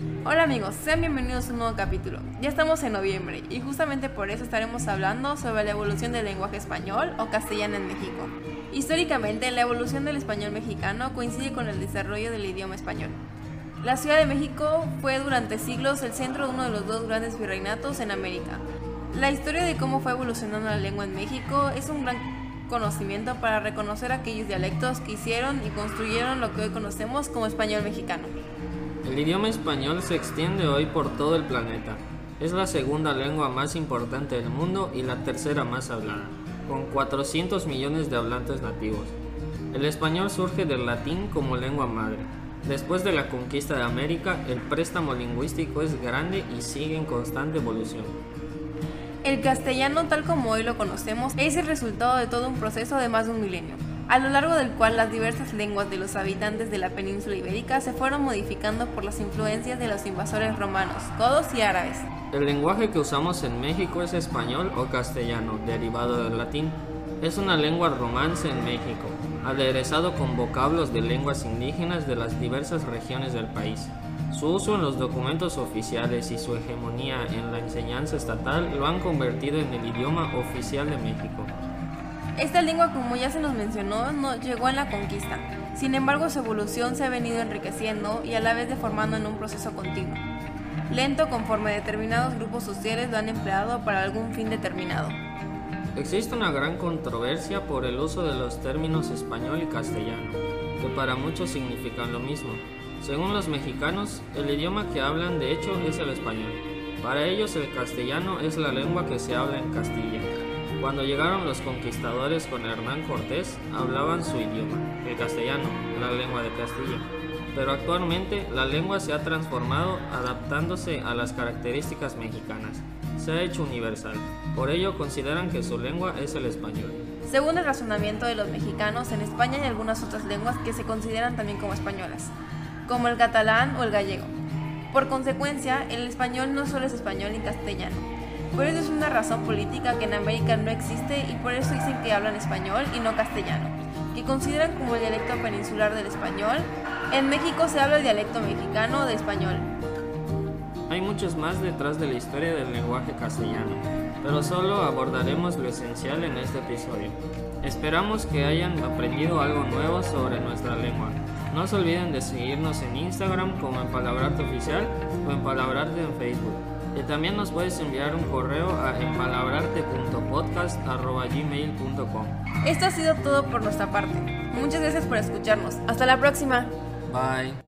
Hola amigos, sean bienvenidos a un nuevo capítulo. Ya estamos en noviembre y justamente por eso estaremos hablando sobre la evolución del lenguaje español o castellano en México. Históricamente, la evolución del español mexicano coincide con el desarrollo del idioma español. La Ciudad de México fue durante siglos el centro de uno de los dos grandes virreinatos en América. La historia de cómo fue evolucionando la lengua en México es un gran conocimiento para reconocer aquellos dialectos que hicieron y construyeron lo que hoy conocemos como español mexicano. El idioma español se extiende hoy por todo el planeta. Es la segunda lengua más importante del mundo y la tercera más hablada, con 400 millones de hablantes nativos. El español surge del latín como lengua madre. Después de la conquista de América, el préstamo lingüístico es grande y sigue en constante evolución. El castellano, tal como hoy lo conocemos, es el resultado de todo un proceso de más de un milenio, a lo largo del cual las diversas lenguas de los habitantes de la península ibérica se fueron modificando por las influencias de los invasores romanos, godos y árabes. El lenguaje que usamos en México es español o castellano, derivado del latín. Es una lengua romance en México, aderezado con vocablos de lenguas indígenas de las diversas regiones del país. Su uso en los documentos oficiales y su hegemonía en la enseñanza estatal lo han convertido en el idioma oficial de México. Esta lengua, como ya se nos mencionó, no llegó en la conquista. Sin embargo, su evolución se ha venido enriqueciendo y a la vez deformando en un proceso continuo, lento conforme determinados grupos sociales lo han empleado para algún fin determinado. Existe una gran controversia por el uso de los términos español y castellano, que para muchos significan lo mismo. Según los mexicanos, el idioma que hablan de hecho es el español. Para ellos el castellano es la lengua que se habla en Castilla. Cuando llegaron los conquistadores con Hernán Cortés, hablaban su idioma, el castellano, la lengua de Castilla. Pero actualmente la lengua se ha transformado adaptándose a las características mexicanas. Se ha hecho universal, por ello consideran que su lengua es el español. Según el razonamiento de los mexicanos, en España hay algunas otras lenguas que se consideran también como españolas, como el catalán o el gallego. Por consecuencia, el español no solo es español ni castellano. Por eso es una razón política que en América no existe y por eso dicen que hablan español y no castellano, que consideran como el dialecto peninsular del español. En México se habla el dialecto mexicano de español. Hay muchos más detrás de la historia del lenguaje castellano, pero solo abordaremos lo esencial en este episodio. Esperamos que hayan aprendido algo nuevo sobre nuestra lengua. No se olviden de seguirnos en Instagram como Empalabrarte Oficial o Empalabrarte en Facebook. Y también nos puedes enviar un correo a empalabrarte.podcast@gmail.com. Esto ha sido todo por nuestra parte. Muchas gracias por escucharnos. Hasta la próxima. Bye.